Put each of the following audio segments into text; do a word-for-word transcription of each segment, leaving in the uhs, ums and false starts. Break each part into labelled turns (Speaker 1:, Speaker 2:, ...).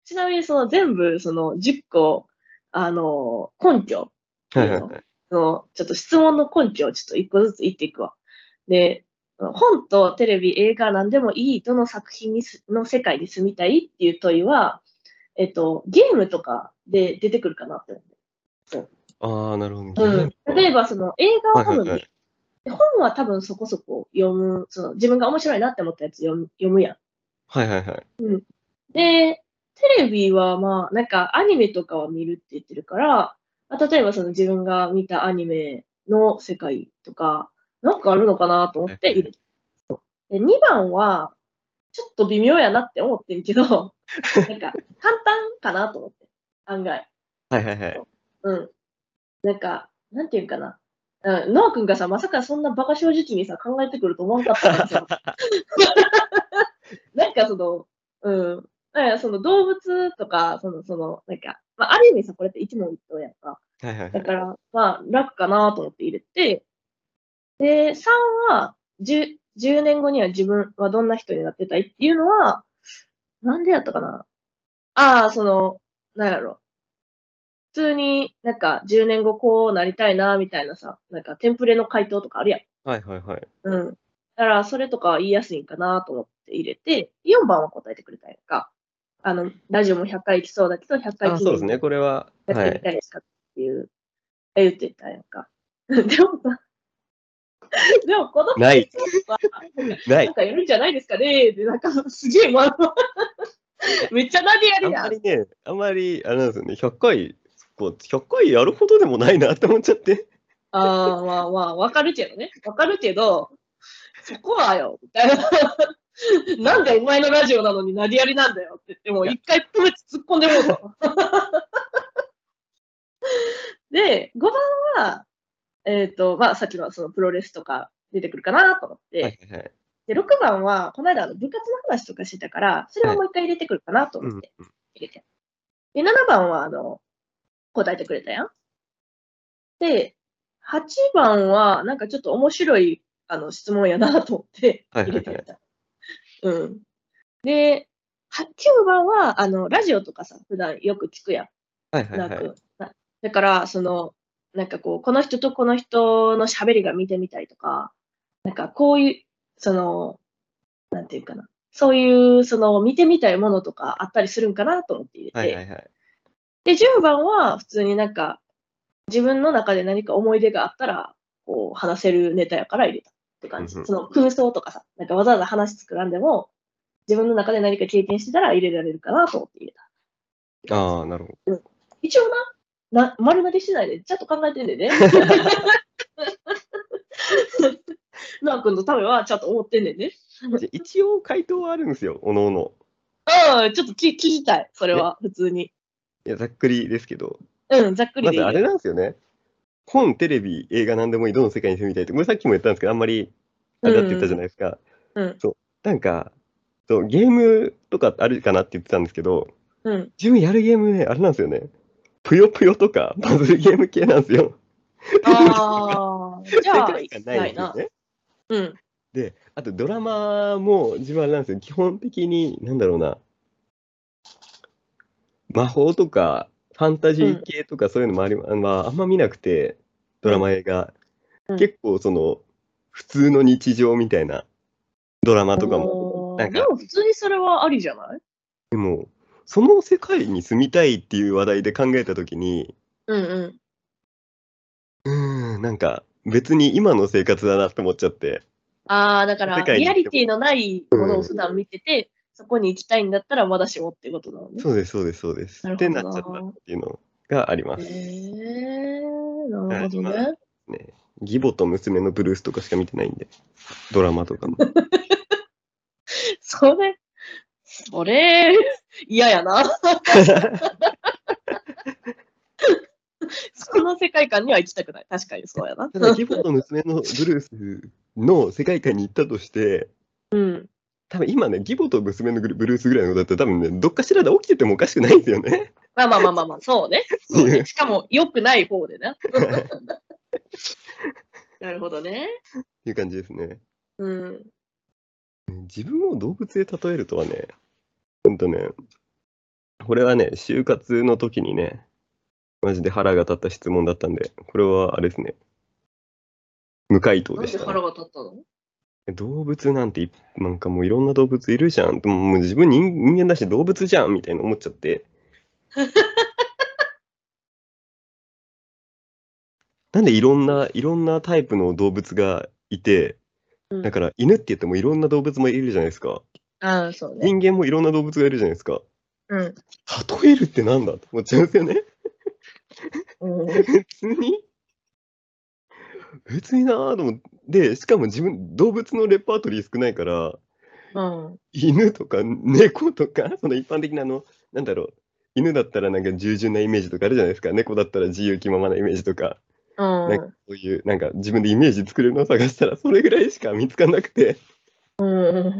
Speaker 1: ちなみにその全部そのじゅっこ、あの、根拠っていうの、
Speaker 2: はいはいはい。
Speaker 1: その、ちょっと質問の根拠をちょっといっこずつ言っていくわ。で、本とテレビ、映画なんでもいい、どの作品にすの世界に住みたいっていう問いは、えっと、ゲームとかで出てくるかなって思う。そう。
Speaker 2: ああ、なるほど、ゲ
Speaker 1: うん。
Speaker 2: ームか。
Speaker 1: 例えばその映画を
Speaker 2: はい
Speaker 1: 好み。
Speaker 2: はいはい。
Speaker 1: で、本は多分そこそこ読む、その自分が面白いなって思ったやつ読む読むやん。
Speaker 2: はいはいはい。
Speaker 1: うん。で、テレビはまあ、なんかアニメとかは見るって言ってるから、まあ、例えばその自分が見たアニメの世界とか、なんかあるのかなと思
Speaker 2: はいはい。
Speaker 1: って入れて。で、にばんは、ちょっと微妙やなって思ってるけど、なんか簡単かなと思って、案外。
Speaker 2: はいはいはい。
Speaker 1: うん。なんか、なんていうんかな。うん、ノア君がさ、まさかそんな馬鹿正直にさ、考えてくると思わんかったからさ。なんかその、うん。だからその動物とか、その、その、なんか、まあ、ある意味さ、これって一問一答やんか。
Speaker 2: はいはいはい。
Speaker 1: だから、まあ、楽かなと思って入れて、で、さんは、じゅう、じゅうねんごには自分はどんな人になってたいっていうのは、なんでやったかな。ああ、その、なんやろ。普通になんかじゅうねんごこうなりたいなみたいなさ、なんかテンプレの回答とかあるやん。
Speaker 2: はいはいはい。
Speaker 1: うん。だからそれとか言いやすいんかなと思って入れて、よんばんは答えてくれたやんか。あの、ラジオもひゃっかい行きそうだけど、ひゃっかい
Speaker 2: あ、
Speaker 1: 記念に
Speaker 2: そうですね、これは、
Speaker 1: やってみ
Speaker 2: はい。
Speaker 1: たいですかっていう、言ってたやんか。でもさ、でもこの
Speaker 2: ない。
Speaker 1: 回答は、なんか、
Speaker 2: ない。
Speaker 1: なんかやるんじゃないですかねで、なんかすげえ、ま、
Speaker 2: いや、
Speaker 1: めっちゃなでや
Speaker 2: あん
Speaker 1: るやん。
Speaker 2: まりね、あんまり、あれなんですよね、ひゃっかい、こう、ひゃっかいやるほどでもないなって思っちゃって。
Speaker 1: ああ、まあまあ、わかるけどね。わかるけど、そこはよ、みたいな。なんでお前のラジオなのになりやりなんだよって言って、もう
Speaker 2: いや、
Speaker 1: 一回止めて突っ込んでもうたわ。で、ごばんは、えっ、と、まあ、さっきのそのプロレスとか出てくるかなと思って、
Speaker 2: はいはいはい。
Speaker 1: で、ろくばんは、この間あの部活の話とかしてたから、それ
Speaker 2: はい。
Speaker 1: をもう一回入れてくるかなと
Speaker 2: うん。
Speaker 1: 思って入れて。で、ななばんは、あの、答えてくれたやん。で、はちばんは、なんかちょっと面白い、あの、質問やなと思って
Speaker 2: はいはいはい。
Speaker 1: 入れてみた。うん。で、はきゅうばんは、あの、ラジオとかさ、普段よく聞くやん。
Speaker 2: はいはいはい。
Speaker 1: なく、なだから、その、なんかこう、この人とこの人の喋りが見てみたいとか、なんかこういう、その、なんていうかな、そういうその見てみたいものとかあったりするんかなと思って入れて、
Speaker 2: はいはいはい。
Speaker 1: で、じゅうばんは普通になんか、自分の中で何か思い出があったら、こう話せるネタやから入れたって感じ。
Speaker 2: うんうん。
Speaker 1: その空想とかさ、なんかわざわざ話作らんでも、自分の中で何か経験してたら入れられるかなと思って入れたって感じ。
Speaker 2: ああ、なるほど。
Speaker 1: うん。一応な、な丸投げしないで、ちゃんと考えてんでね。なあくんのためはちゃんと思ってんねんね。
Speaker 2: じゃ、一応回答はあるんですよ、各々。
Speaker 1: ああ、ちょっとき聞きたい、それ
Speaker 2: ね。
Speaker 1: は、普通に。
Speaker 2: いや、ざっくりですけど、
Speaker 1: うん、ざっくり
Speaker 2: まずあれ
Speaker 1: でいいよ。
Speaker 2: なんですよね。本、テレビ、映画なんでもいい、どの世界に住みたいって、これさっきも言ったんですけど、あんまりあれだって言ったじゃ
Speaker 1: うん、
Speaker 2: ないですか。
Speaker 1: うん、
Speaker 2: そう、なんか、そう、ゲームとかあるかなって言ってたんですけど、
Speaker 1: うん。
Speaker 2: 自分やるゲームね、あれなんですよね。ぷよぷよとかパズルゲーム系なんですよ。テトリスとか。
Speaker 1: ああ、じ
Speaker 2: 世
Speaker 1: ゃあ、
Speaker 2: 界観ないん
Speaker 1: ないな。
Speaker 2: ですよね。
Speaker 1: うん、
Speaker 2: で、あとドラマも自分あれなんですよ。基本的に、なんだろうな、魔法とかファンタジー
Speaker 1: うん、
Speaker 2: 系とかそういうのもありまあ、あんま見なくて、ドラ
Speaker 1: うん、
Speaker 2: マ映画。
Speaker 1: うん。
Speaker 2: 結構その、普通の日常みたいなドラマとかも、な
Speaker 1: おー、で
Speaker 2: んか、
Speaker 1: も普通にそれはありじゃない？
Speaker 2: でも、その世界に住みたいっていう話題で考えたときに、
Speaker 1: うんうん。
Speaker 2: うーん、なんか、別に今の生活だなって思っちゃって、
Speaker 1: ああ、だか
Speaker 2: 世
Speaker 1: ら、リア
Speaker 2: 界に行っても、
Speaker 1: リティのないものを普段見てて、そこに行きたいんだったらまだしもってことなのね。
Speaker 2: そうですそうですそうです。って
Speaker 1: なるほど
Speaker 2: なっちゃったっ
Speaker 1: な。
Speaker 2: ていうのがありま
Speaker 1: え
Speaker 2: す。
Speaker 1: え、なる
Speaker 2: はい、
Speaker 1: ほど
Speaker 2: まあ、
Speaker 1: ね。
Speaker 2: ね、義母と娘のブルースとかしか見てないんで、ドラマとかも。
Speaker 1: それ、それ、嫌やな。その世界観には行きたくない。確かにそうやな。
Speaker 2: ただ、義母と娘のブルースの世界観に行ったとして、
Speaker 1: うん。
Speaker 2: 多分今ね、義母と娘のブルブルースぐらいのことだったら、多分ね、どっかしらで起きててもおかしくないんですよね。
Speaker 1: まあまあまあまあまあ、そうね。そうね。
Speaker 2: っていう。
Speaker 1: しかも、良くない方でな。なるほどね。
Speaker 2: いう感じですね。
Speaker 1: うん。
Speaker 2: 自分を動物で例えるとはね、ほんとね、 これはね、就活の時にね、マジで腹が立った質問だったんで、これはあれですね、無回答
Speaker 1: なんで腹
Speaker 2: でしたね。
Speaker 1: が立ったの？
Speaker 2: 動物なんてい、なんかもういろんな動物いるじゃん。でももう自分人人間だし動物じゃんみたいな思っちゃって。なんでいろんな、いろんなタイプの動物がいて、
Speaker 1: うん。
Speaker 2: だから犬って言ってもいろんな動物もいるじゃないですか。
Speaker 1: ああ、そうね。
Speaker 2: 人間もいろんな動物がいるじゃないですか。
Speaker 1: うん。
Speaker 2: 例えるってなんだと思っちゃうんですよね。
Speaker 1: うん。
Speaker 2: 別に、別になぁと思って。で、しかも自分、動物のレパートリー少ないから、
Speaker 1: うん。
Speaker 2: 犬とか猫とか、その一般的なあの、なんだろう、犬だったらなんか従順なイメージとかあるじゃないですか。猫だったら自由気ままなイメージとか、
Speaker 1: う
Speaker 2: なんか
Speaker 1: ん。
Speaker 2: そういう、なんか自分でイメージ作れるのを探したら、それぐらいしか見つかんなくて、
Speaker 1: うん。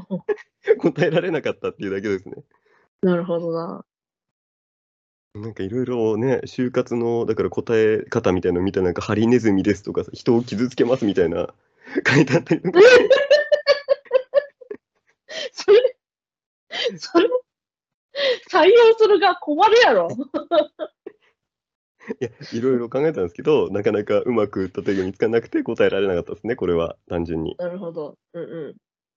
Speaker 2: 答えられなかったっていうだけですね。
Speaker 1: なるほどな。
Speaker 2: なんかいろいろね、就活の、だから答え方みたいなの見たら、なんかハリネズミですとか、人を傷つけますみたいな書いてあったりとかして。
Speaker 1: それ、それ、採用するが困るやろ。
Speaker 2: いや、いろいろ考えたんですけど、なかなかうまく例えが見つからなくて答えられなかったですね、これは単純に。
Speaker 1: なるほど。うんうん。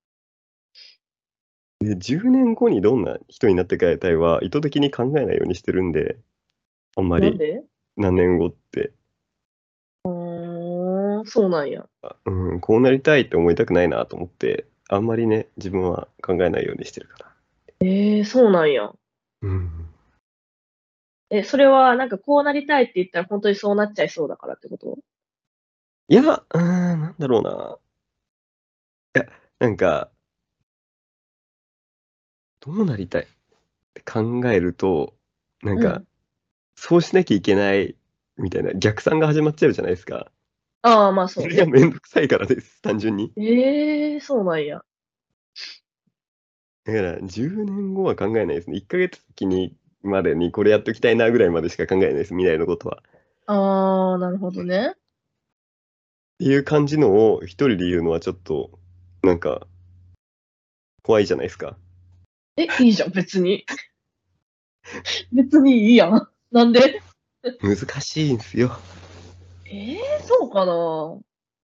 Speaker 2: で、じゅうねんごにどんな人になって帰りたいは、意図的に考えないようにしてるんで、あんまり
Speaker 1: なんで？
Speaker 2: 何年後って、
Speaker 1: うーん、そうなんや。
Speaker 2: あうん、こうなりたいって思いたくないなと思って、あんまりね、自分は考えないようにしてるから。
Speaker 1: ええ、そうなんや。
Speaker 2: うん。
Speaker 1: え、それはなんかこうなりたいって言ったらほんとにそうなっちゃいそうだからってこと？
Speaker 2: いや、うーん、なんだろうな。いや、なんか、どうなりたいって考えると、なんか、
Speaker 1: うん。
Speaker 2: そうしなきゃいけないみたいな逆算が始まっちゃうじゃないですか。
Speaker 1: ああ、まあ、
Speaker 2: それが
Speaker 1: そうね。
Speaker 2: めんどくさいからです、単純に。
Speaker 1: ええ、そうなんや。
Speaker 2: だから、じゅうねんごは考えないですね。いっかげつ先にまでにこれやっときたいなぐらいまでしか考えないです、未来のことは。っ
Speaker 1: ああ、なるほどね。
Speaker 2: ていう感じのを一人で言うのはちょっと、なんか、怖いじゃないですか。
Speaker 1: え、いいじゃん、別に。別にいいやん。なんで？
Speaker 2: 難しいんすよ。
Speaker 1: ええ、そうかな。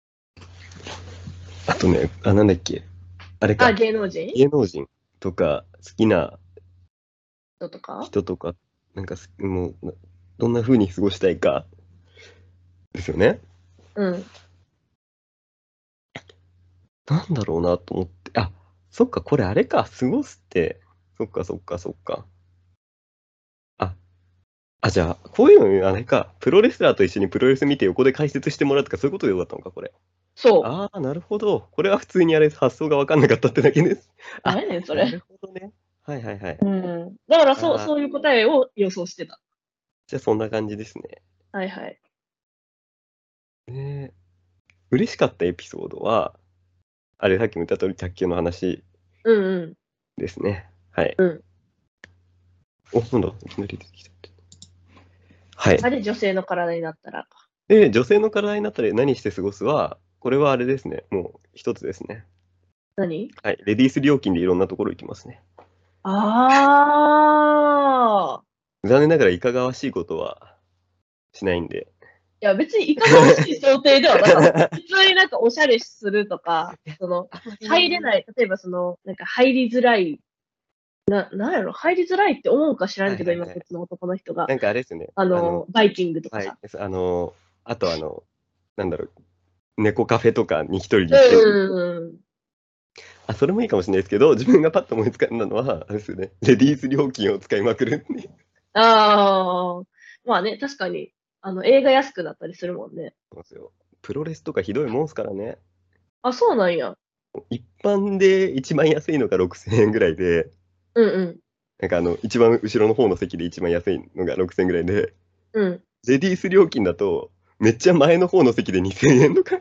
Speaker 2: あとね、あ、なんだっけ。あれ
Speaker 1: あ、
Speaker 2: か。
Speaker 1: 芸能人
Speaker 2: 芸能人とか好きな
Speaker 1: のとか？
Speaker 2: 人とか、なんかすもう、などんな風に過ごしたいかですよね。
Speaker 1: うん。
Speaker 2: なんだろうなと思って。あ、そっか、これあれか、過ごすって、そっかそっかそっか。あ、あ、じゃあ、こういうのあれか、プロレスラーと一緒にプロレス見て横で解説してもらうとかそういうことでよかったのか、これ。
Speaker 1: そう。
Speaker 2: ああ、なるほど。これは普通にあれ、発想が分かんなかったってだけです。あ、
Speaker 1: なんやねん、それ。
Speaker 2: なるほどね。はいはいはい。
Speaker 1: うん。だからそう、
Speaker 2: ああ、
Speaker 1: そういう答えを予想してた。
Speaker 2: じゃあそんな感じですね。
Speaker 1: はいはい。
Speaker 2: ね、嬉しかったエピソードは、あれ、さっきも言った通り卓球の話
Speaker 1: うんうん。
Speaker 2: ですね。はい。
Speaker 1: うん。
Speaker 2: お、なんだ、いきなり出てきた。はい。
Speaker 1: あれ、女性の体になったらか。
Speaker 2: で、女性の体になったら何して過ごすは、これはあれですね。もう一つですね。
Speaker 1: 何？
Speaker 2: はい。レディース料金でいろんなところ行きますね。
Speaker 1: ああ。
Speaker 2: 残念ながらいかがわしいことはしないんで。
Speaker 1: いや、別にいかがわしい想定ではなかった。普通になんかおしゃれするとか、その、
Speaker 2: あんまり、
Speaker 1: 入れない、例えばその、なんか入りづらい、な、なんやろ、入りづらいって思うか知らんけど、
Speaker 2: はいはいはい。
Speaker 1: 今別の男の人が、
Speaker 2: なんかあれですね。あの、
Speaker 1: あの、バイキングとか
Speaker 2: はい。
Speaker 1: さ。
Speaker 2: あの、あとあの、なんだろう、猫カフェとかに一人で
Speaker 1: う
Speaker 2: 行ってる。
Speaker 1: んうんうん。
Speaker 2: あ、それもいいかもしれないですけど、自分がパッと思いつかんだのは、あれですよね。レディース料金を使いまくるっていう。
Speaker 1: ああ、まあね、確かに、あの、映画安くなったりするもんね。
Speaker 2: そうですよ。プロレスとかひどいもんすからね。
Speaker 1: あ、そうなんや。
Speaker 2: 一般で一番安いのがろくせんえんぐらいで、
Speaker 1: うんうん。
Speaker 2: なんかあの、一番後ろの方の席で一番安いのがろくせんえんぐらいで、
Speaker 1: うん。
Speaker 2: レディース料金だと、めっちゃ前の方の席でにせんえんとか、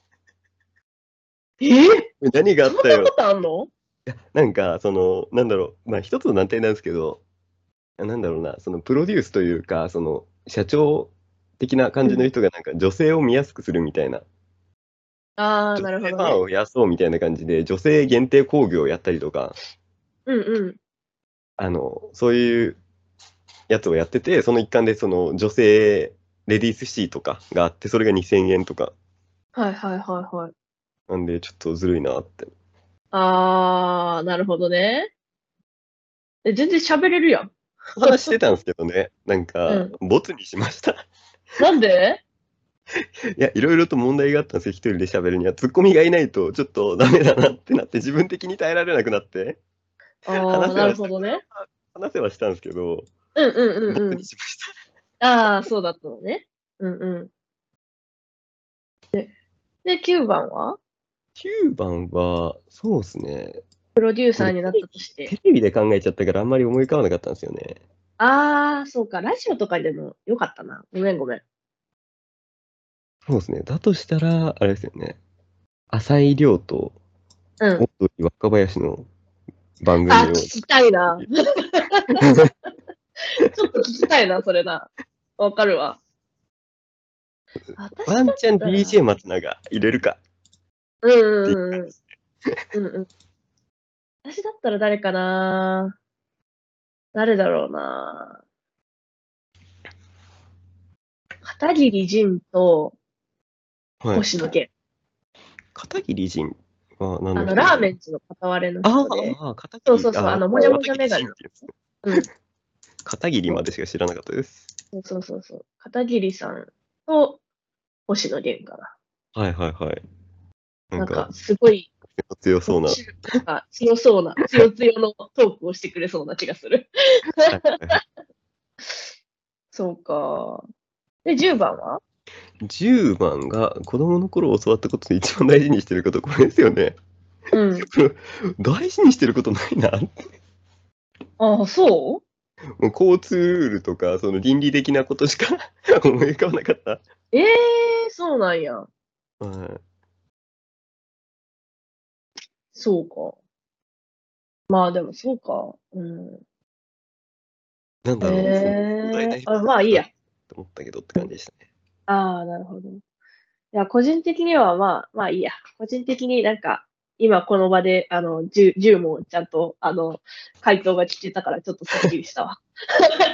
Speaker 1: えー、
Speaker 2: 何があ
Speaker 1: そんな
Speaker 2: ったよ。
Speaker 1: ことあんの？
Speaker 2: なんか、その、なんだろう、まあ一つの難点なんですけど、なんだろうな、そのプロデュースというか、その、社長的な感
Speaker 1: うん。
Speaker 2: じの人がなんか女性を見やすくするみたいな、
Speaker 1: ああ、
Speaker 2: 女
Speaker 1: なるほどね。
Speaker 2: 性ファンを増やそうみたいな感じで、女性限定興行をやったりとか、
Speaker 1: うんうん。
Speaker 2: あの、そういうやつをやってて、その一環でその女性レディースシーとかがあって、それがにせんえんとか。
Speaker 1: はいはいはいはい。
Speaker 2: なんで、ちょっとずるいなって。
Speaker 1: あー、なるほどね。え、全然喋れるやん。
Speaker 2: 話してたんですけどね、なん
Speaker 1: う
Speaker 2: か、
Speaker 1: ん。
Speaker 2: ボツにしました。
Speaker 1: なんで
Speaker 2: いや、いろいろと問題があったんですよ、一人で喋るには。ツッコミがいないと、ちょっとダメだなってなって、自分的に耐えられなくなって、
Speaker 1: あー、なる
Speaker 2: 話せはした、
Speaker 1: ほどね。
Speaker 2: 話せはしたんですけど、
Speaker 1: うんうん
Speaker 2: ボツ
Speaker 1: うんうん。
Speaker 2: にしました。
Speaker 1: あー、そうだったのね。うんうん。で、きゅうばんは
Speaker 2: きゅうばんは、そうですね。
Speaker 1: プロデューサ
Speaker 2: 僕テ
Speaker 1: ーになったとし
Speaker 2: レビ、テ
Speaker 1: て。
Speaker 2: レビで考えちゃったからあんまり思い浮かばなかったんですよね。
Speaker 1: あー、そうか。ラジオとかでもよかったな。ごめんごめん。
Speaker 2: そうですね。だとしたら、あれですよね。浅井亮と
Speaker 1: うん。
Speaker 2: オードリー若林の番
Speaker 1: あ、
Speaker 2: 組を。
Speaker 1: 聞きたいな。ちょっと聞きたいな、それな。わかるわ。私だっ
Speaker 2: ワンチャン
Speaker 1: た
Speaker 2: ディージェー
Speaker 1: ら、
Speaker 2: 松永入れるか
Speaker 1: うん
Speaker 2: っていう
Speaker 1: うんうん。
Speaker 2: 感じ。
Speaker 1: うんうん。私だったら誰かな誰だろうな片桐仁と
Speaker 2: はい。
Speaker 1: 星野源。
Speaker 2: 片桐仁は何
Speaker 1: あの、
Speaker 2: の人ですか？
Speaker 1: ラーメンズの片割れの
Speaker 2: あ
Speaker 1: 人で。
Speaker 2: あ、片桐、
Speaker 1: そうそうそう、あ
Speaker 2: あ
Speaker 1: の、もじゃもじゃ
Speaker 2: 片桐
Speaker 1: メガネの。
Speaker 2: 仁ってやつ。
Speaker 1: うん。
Speaker 2: 片桐
Speaker 1: そう
Speaker 2: までしか知らなかったです。
Speaker 1: そうそうそう。片桐さんと星野源かな。
Speaker 2: はいはいはい。なんか、
Speaker 1: なんか、すごい
Speaker 2: 強そうな。は
Speaker 1: 面白い、なんか強そうな、強強のトークをしてくれそうな気がする。
Speaker 2: いはいはい。
Speaker 1: そうか。で、じゅうばんは
Speaker 2: じゅうばんが子供の頃教わったことで一番大事にしてること、これですよね。
Speaker 1: うん。
Speaker 2: 大事にしてることないな。
Speaker 1: ああ、そ
Speaker 2: もう交通ルールとか、その倫理的なことしか思い浮かばなかった。
Speaker 1: うええー、そうなんや。
Speaker 2: はい。
Speaker 1: そうか。まあでもそうか。うん。
Speaker 2: なんだろう、その、壮大な
Speaker 1: ええあ、
Speaker 2: エピソードだ
Speaker 1: まあいいや。
Speaker 2: と思ったけどって感じでしたね。
Speaker 1: ああ、なるほど。いや、個人的にはまあ、まあいいや。個人的になんか、今この場で、あの、じゅう、じゅうもちゃんと、あの、回答が聞けたからちょっとスッキリしたわ。